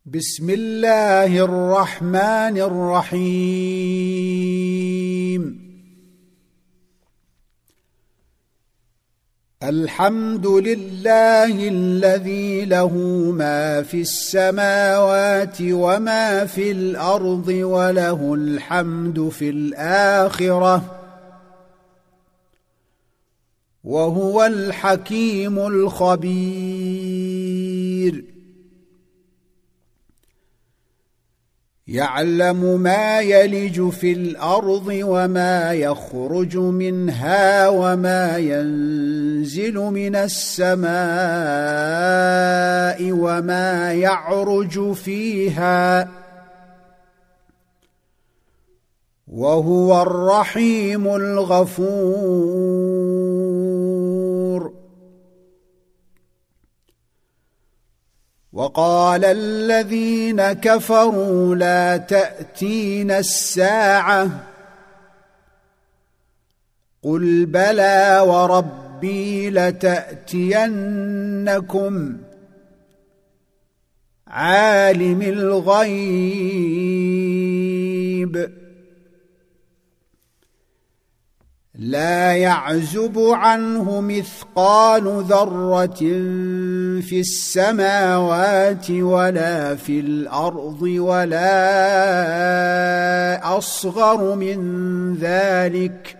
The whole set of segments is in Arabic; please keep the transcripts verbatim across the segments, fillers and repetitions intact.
بسم الله الرحمن الرحيم. الحمد لله الذي له ما في السماوات وما في الأرض وله الحمد في الآخرة وهو الحكيم الخبير. يعلم ما يلج في الأرض وما يخرج منها وما ينزل من السماء وما يعرج فيها وهو الرحيم الغفور. وقال الذين كفروا لا تأتينا الساعة قل بلى وربي لتأتينكم عالم الغيب لا يعزب عنه مثقال ذرة في السماوات ولا في الأرض ولا أصغر من ذلك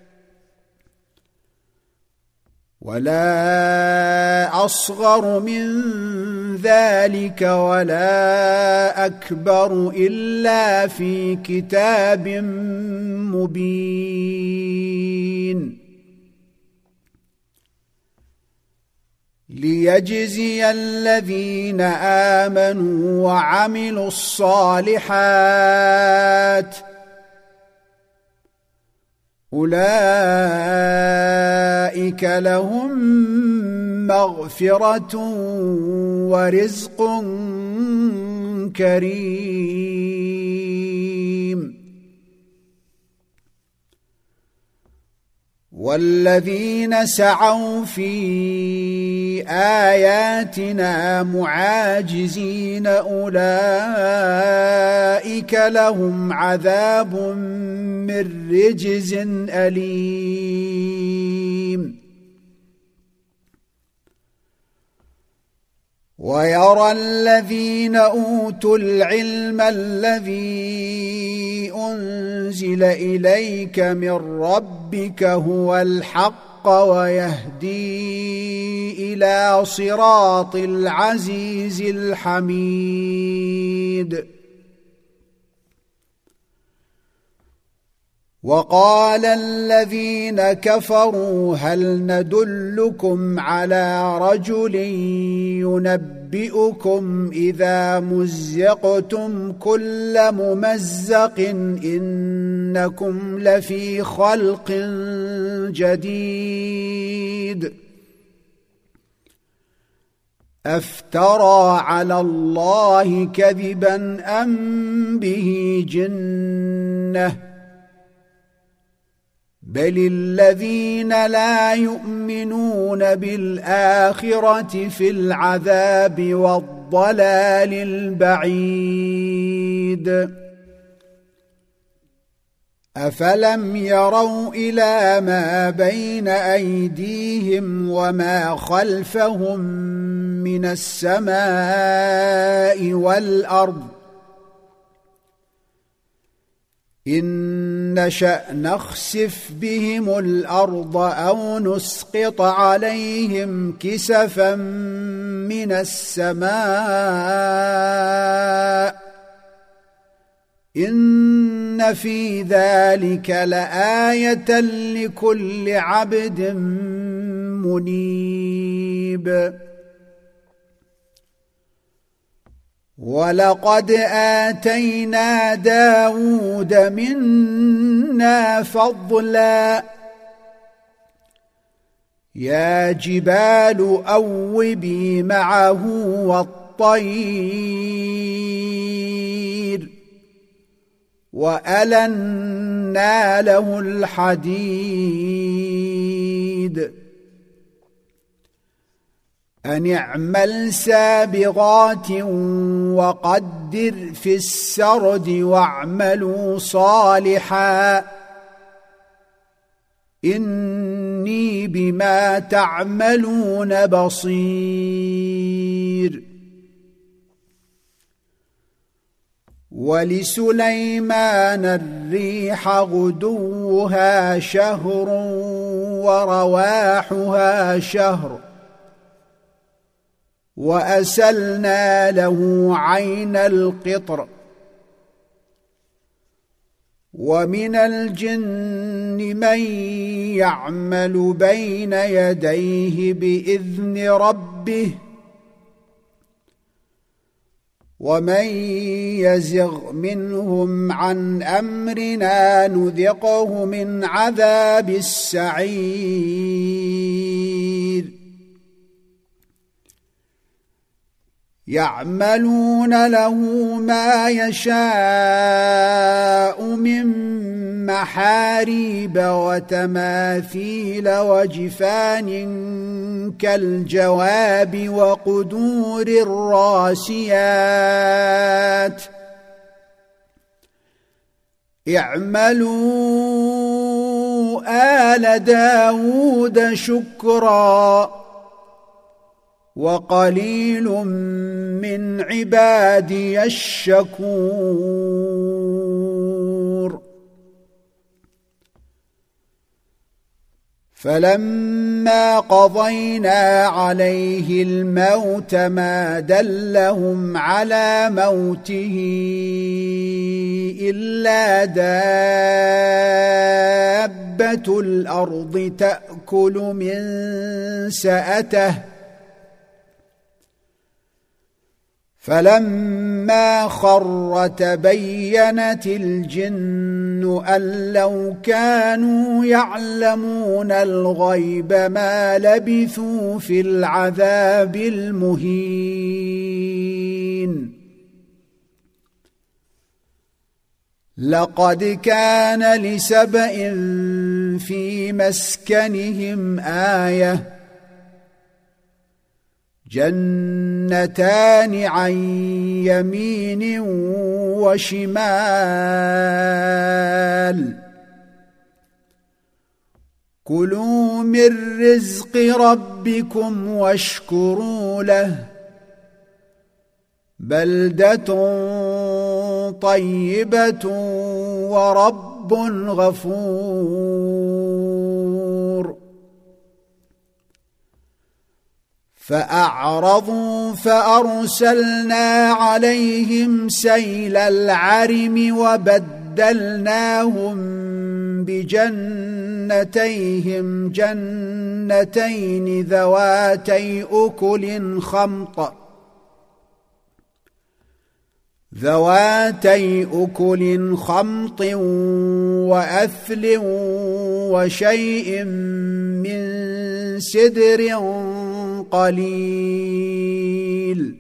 ولا أصغر من ذلك ولا أكبر إلا في كتاب مبين. ليجزي الذين آمنوا وعملوا الصالحات أولئك لهم مغفرة ورزق كريم. والذين سعوا في آياتنا معاجزين أولئك لهم عذاب من رجز أليم. ويرى الذين أوتوا العلم الذي أنزل إليك من ربك هو الحق ويهدي إلى صراط العزيز الحميد. وقال الذين كفروا هل ندلكم على رجل ينبئكم إذا مزقتم كل ممزق إنكم لفي خلق جديد أفترى على الله كذبا أم به جنة بل الذين لا يؤمنون بالآخرة في العذاب والضلال البعيد. أفلم يروا إلى ما بين أيديهم وما خلفهم من السماء والأرض إن نشأ نخسف بهم الأرض أو نسقط عليهم كسفا من السماء إن في ذلك لآية لكل عبد منيب. ولقد آتينا داود منا فضلا يا جبال أوبي معه والطير وألنا له الحديد أن اعمل سابغات وقدر في السرد واعملوا صالحا إني بما تعملون بصير. ولسليمان الريح غدوها شهر ورواحها شهر وأسلنا له عين القطر. ومن الجن من يعمل بين يديه بإذن ربه ومن يزغ منهم عن أمرنا نذقه من عذاب السعير. يعملون له ما يشاء من محاريب وتماثيل وجفان كالجواب وقدور الراسيات. اعملوا آل داود شكرا وقليل من عبادي الشكور. فلما قضينا عليه الموت ما دلهم على موته إلا دابة الأرض تأكل من سأته فلما خر تبينت الجن أن لو كانوا يعلمون الغيب ما لبثوا في العذاب المهين. لقد كان لسبإ في مسكنهم آية جنتان عن يمين وشمال كلوا من رزق ربكم واشكروا له بلدة طيبة ورب غفور. فأعرضوا فأرسلنا عليهم سيل العرم وبدلناهم بجنتيهم جنتين ذواتي أكل خمط ذواتي أكل خمط وأثل وشيء من سدر قليل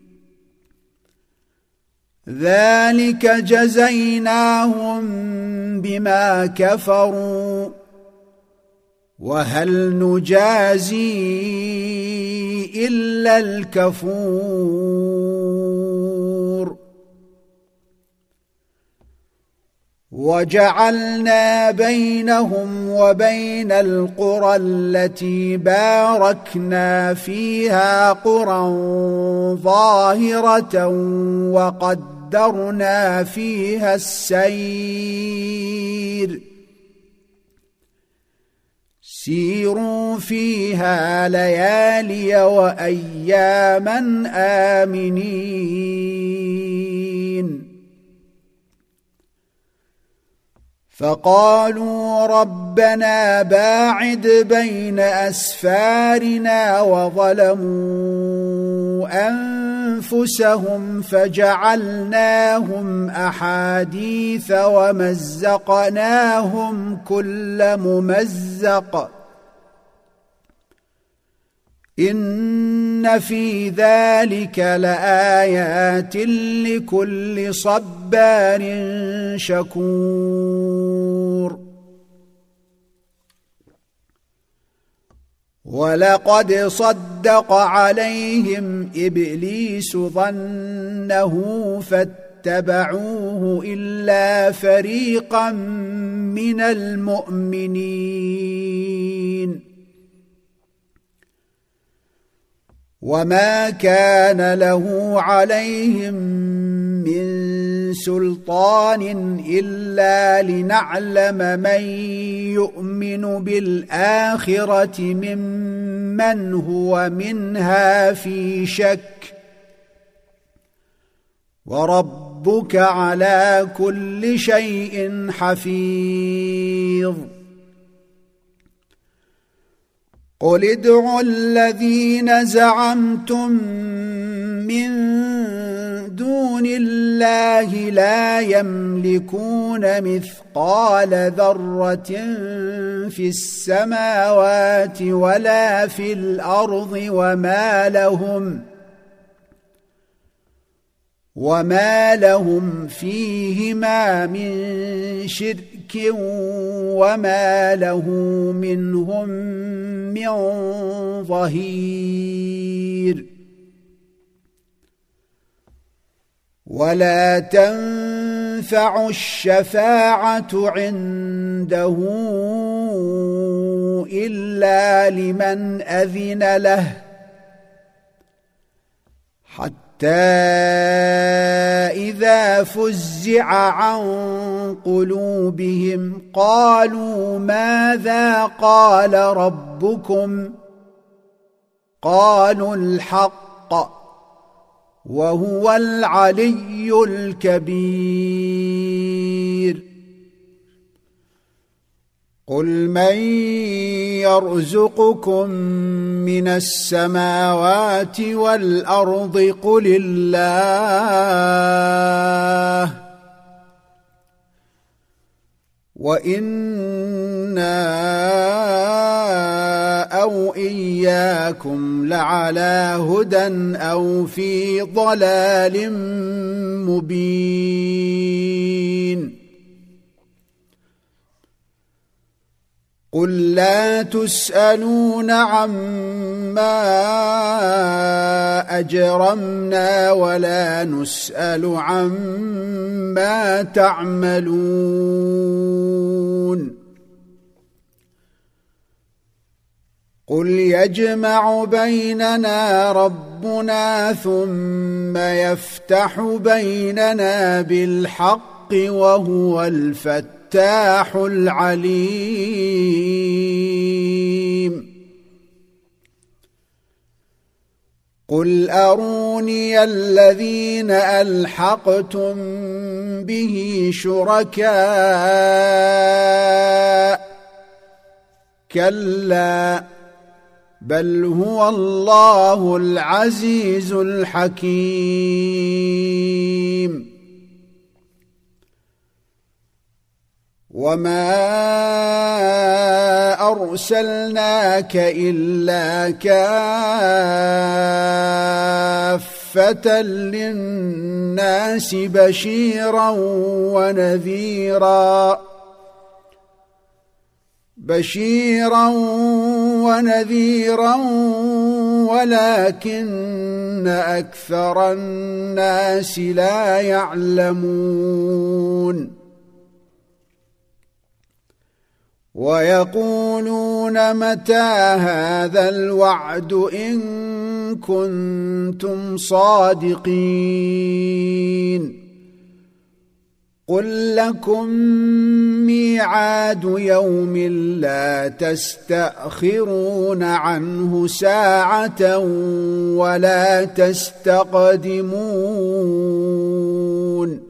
ذلك جزيناهم بما كفروا وهل نجازي إلا الكفور. وجعلنا بينهم وبين القرى التي باركنا فيها قرى ظاهرة وقدرنا فيها السير سيروا فيها ليالي وأياما آمنين. فقالوا ربنا باعد بين أسفارنا وظلموا أنفسهم فجعلناهم أحاديث ومزقناهم كل ممزق إن في ذلك لآيات لكل صبار شكور. ولقد صدق عليهم إبليس ظنه فاتبعوه إلا فريقا من المؤمنين وما كان له عليهم من سلطان إلا لنعلم من يؤمن بالآخرة ممن هو منها في شك وربك على كل شيء حفيظ قل ادعوا الذين زعمتم من دون الله لا يملكون مثقال ذرة في السماوات ولا في الأرض وما لهم وما لهم فيهما من شرك وما له منهم من ظهير ولا تنفع الشفاعة عنده إلا لمن أذن له حتى إذا فزع عن قلوبهم قالوا ماذا قال ربكم قالوا الحق وهو العلي الكبير قل من يرزقكم من السماوات والأرض قل الله وإنا أو إياكم لعلى هدى أو في ضلال مبين قل لا تسألون عما أجرمنا ولا نسأل عما تعملون قل يجمع بيننا ربنا ثم يفتح بيننا بالحق وهو الفتاح العليم قل أروني الذين ألحقتم به شركاء كلا بل هو الله العزيز الحكيم وما أرسلناك إلا كافة للناس بشيرا ونذيرا بشيرا ونذيرا ولكن أكثر الناس لا يعلمون ويقولون متى هذا الوعد إن كنتم صادقين قل لكم ميعاد يوم لا تستأخرون عنه ساعة ولا تستقدمون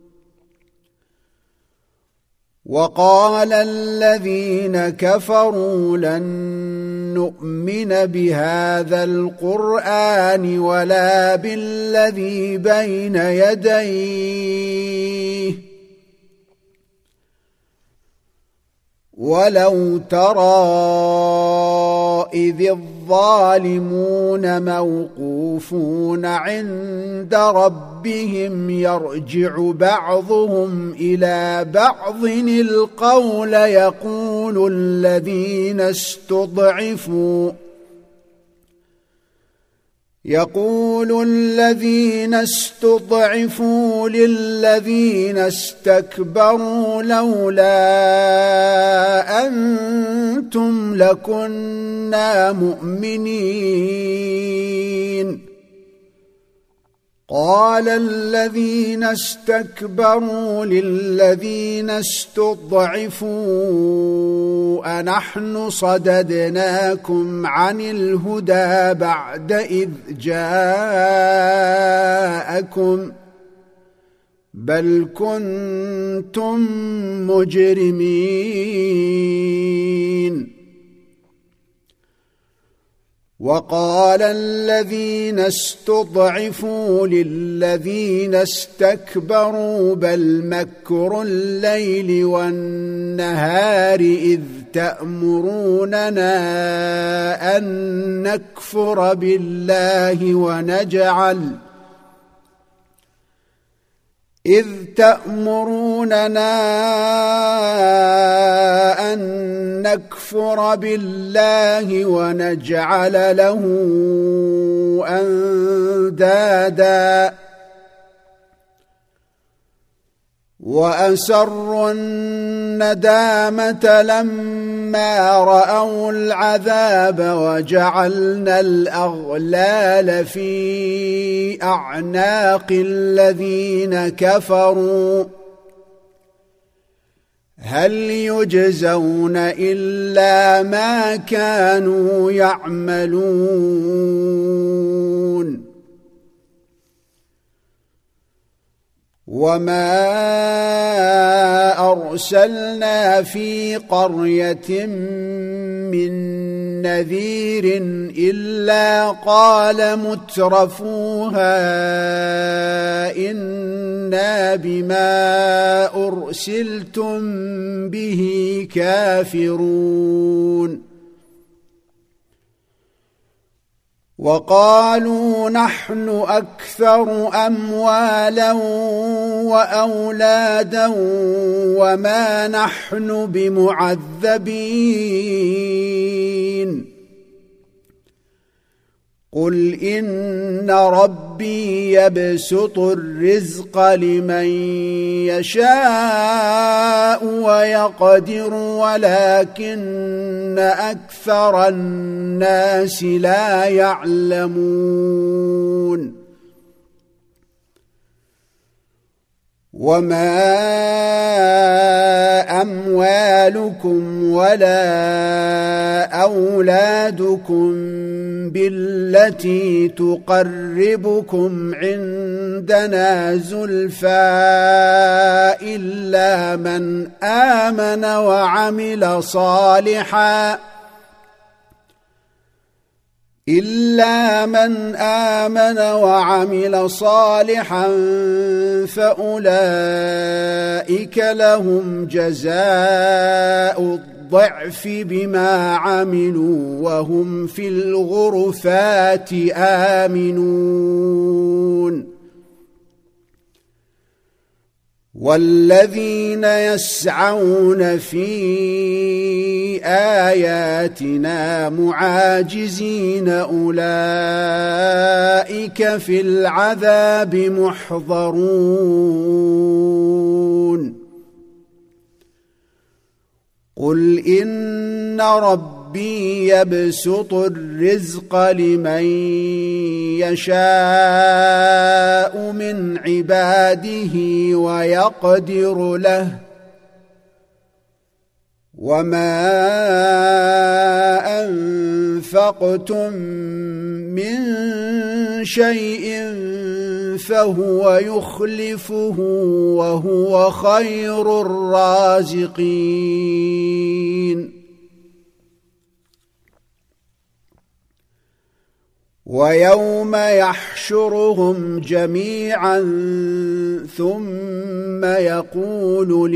وقال الذين كفروا لن نؤمن بهذا القرآن ولا بالذي بين يديه ولو ترى إذ الظالمون موقوفون عند ربهم يرجع بعضهم إلى بعض القول يقول الذين استضعفوا يقول الذين استضعفوا للذين استكبروا لولا أنتم لكنا مؤمنين قال الذين استكبروا للذين استضعفوا أنحن صددناكم عن الهدى بعد إذ جاءكم بل كنتم مجرمين وقال الذين استضعفوا للذين استكبروا بل مكر الليل والنهار إذ تأمروننا أن نكفر بالله ونجعل إذ تأمروننا أن نكفر بالله ونجعل له أندادا وأسروا الندامة لما رأوا العذاب وجعلنا الأغلال في أعناق الذين كفروا هل يجزون إلا ما كانوا يعملون وما أرسلنا في قرية من نذير إلا قال مترفوها إنا بما أرسلتم به كافرون وقالوا نحن أكثر أموالا وأولادا وما نحن بمعذبين قل إن ربي يبسط الرزق لمن يشاء ويقدر ولكن أكثر الناس لا يعلمون وما أموالكم ولا أولادكم بالتي تقربكم عندنا زلفى إلا من آمن وعمل صالحاً إلا من آمن وعمل صالحا فأولئك لهم جزاء الضعف بما عملوا وهم في الغرفات آمنون والذين يسعون في آياتنا معاجزين أولئك في العذاب محضرون قل إن ربي يبسط الرزق لمن يشاء من عباده ويقدر له وما أنفقتم من شيء فهو يخلفه وهو خير الرازقين ويوم يحشرهم جميعا ثم يقول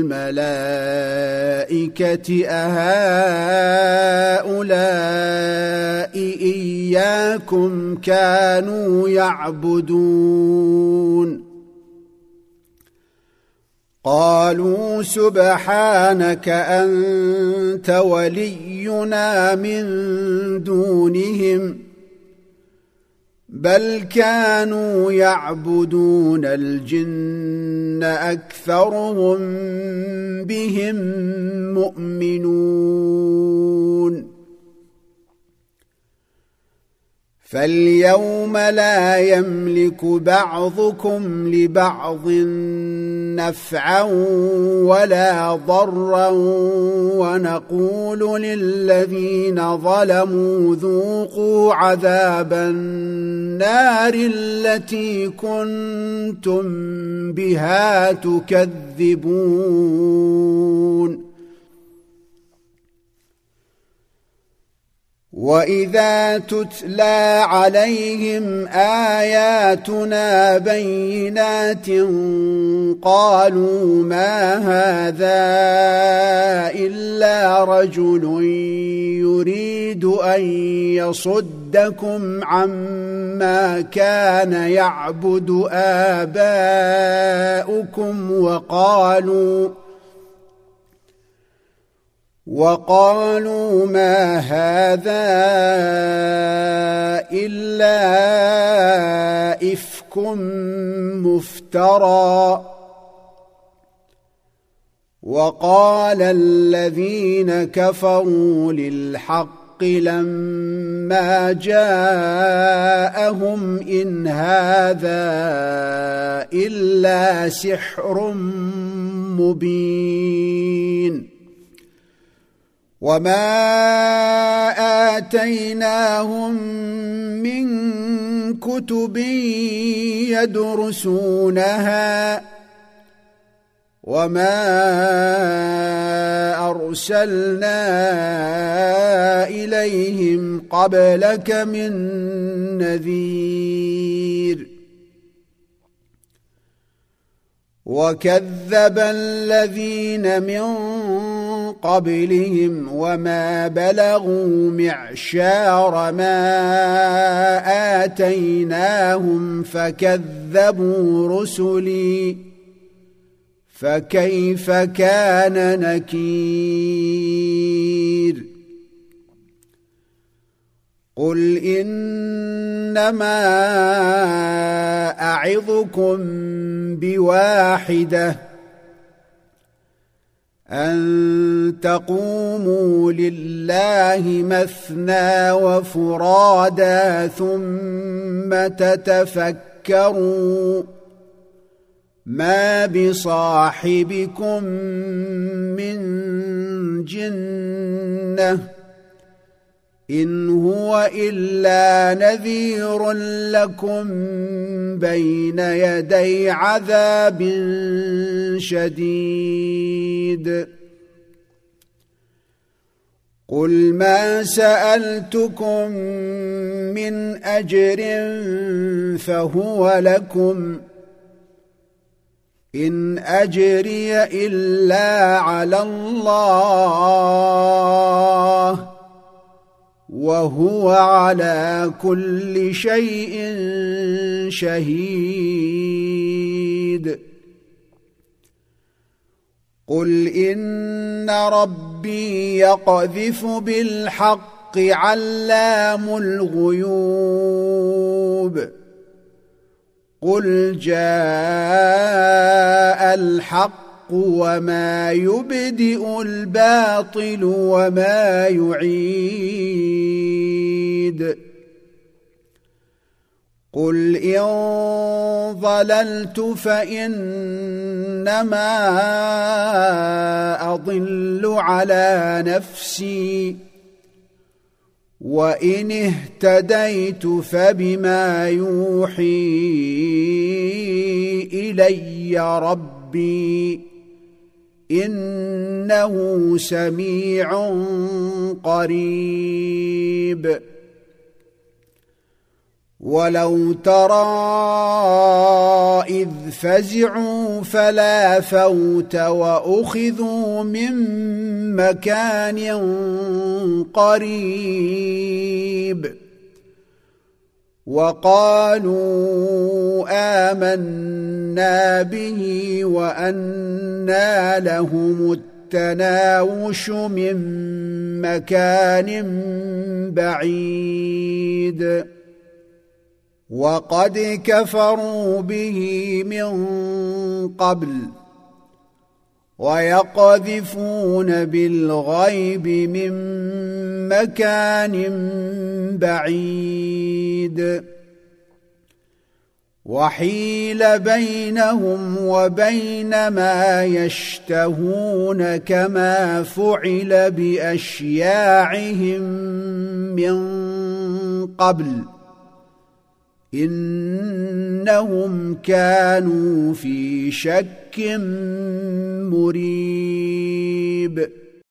للملائكة أهؤلاء إياكم كانوا يعبدون قالوا سبحانك أنت ولينا من دونهم بل كانوا يعبدون الجن أكثرهم بهم مؤمنون فاليوم لا يملك بعضكم لبعض نفعا ولا ضرا ونقول للذين ظلموا ذوقوا عذاب النار التي كنتم بها تكذبون وإذا تتلى عليهم آياتنا بينات قالوا ما هذا إلا رجل يريد أن يصدكم عما كان يعبد آباؤكم وقالوا وقالوا ما هذا إلا إفك مفترى وقال الذين كفروا للحق لما جاءهم إن هذا إلا سحر مبين وما آتيناهم من كتب يدرسونها وما أرسلنا إليهم قبلك من نذير وكذب الذين من قبلهم وما بلغوا معشار ما آتيناهم فكذبوا رسلي فكيف كان نكير قل إنما أعظكم بواحدة أن تقوموا لله مثنى وفرادا ثم تتفكروا ما بصاحبكم من جنة إن هو إلا نذير لكم بين يدي عذاب شديد قل ما سألتكم من أجر فهو لكم إن أجري إلا على الله وهو على كل شيء شهيد قل إن ربي يقذف بالحق علام الغيوب قل جاء الحق وما يبدئ الباطل وما يعيد قل إن ضللت فإنما أضل على نفسي وإن اهتديت فبما يوحي إلي ربي إنه سميع قريب ولو ترى إذ فزعوا فلا فوت وأخذوا من مكان قريب وقالوا آمنا به وأنى لهم التناوش من مكان بعيد وقد كفروا به من قبل ويقذفون بالغيب من مكان بعيد وحيل بينهم وبين ما يشتهون كما فعل بأشياعهم من قبل إنهم كانوا في شك مريب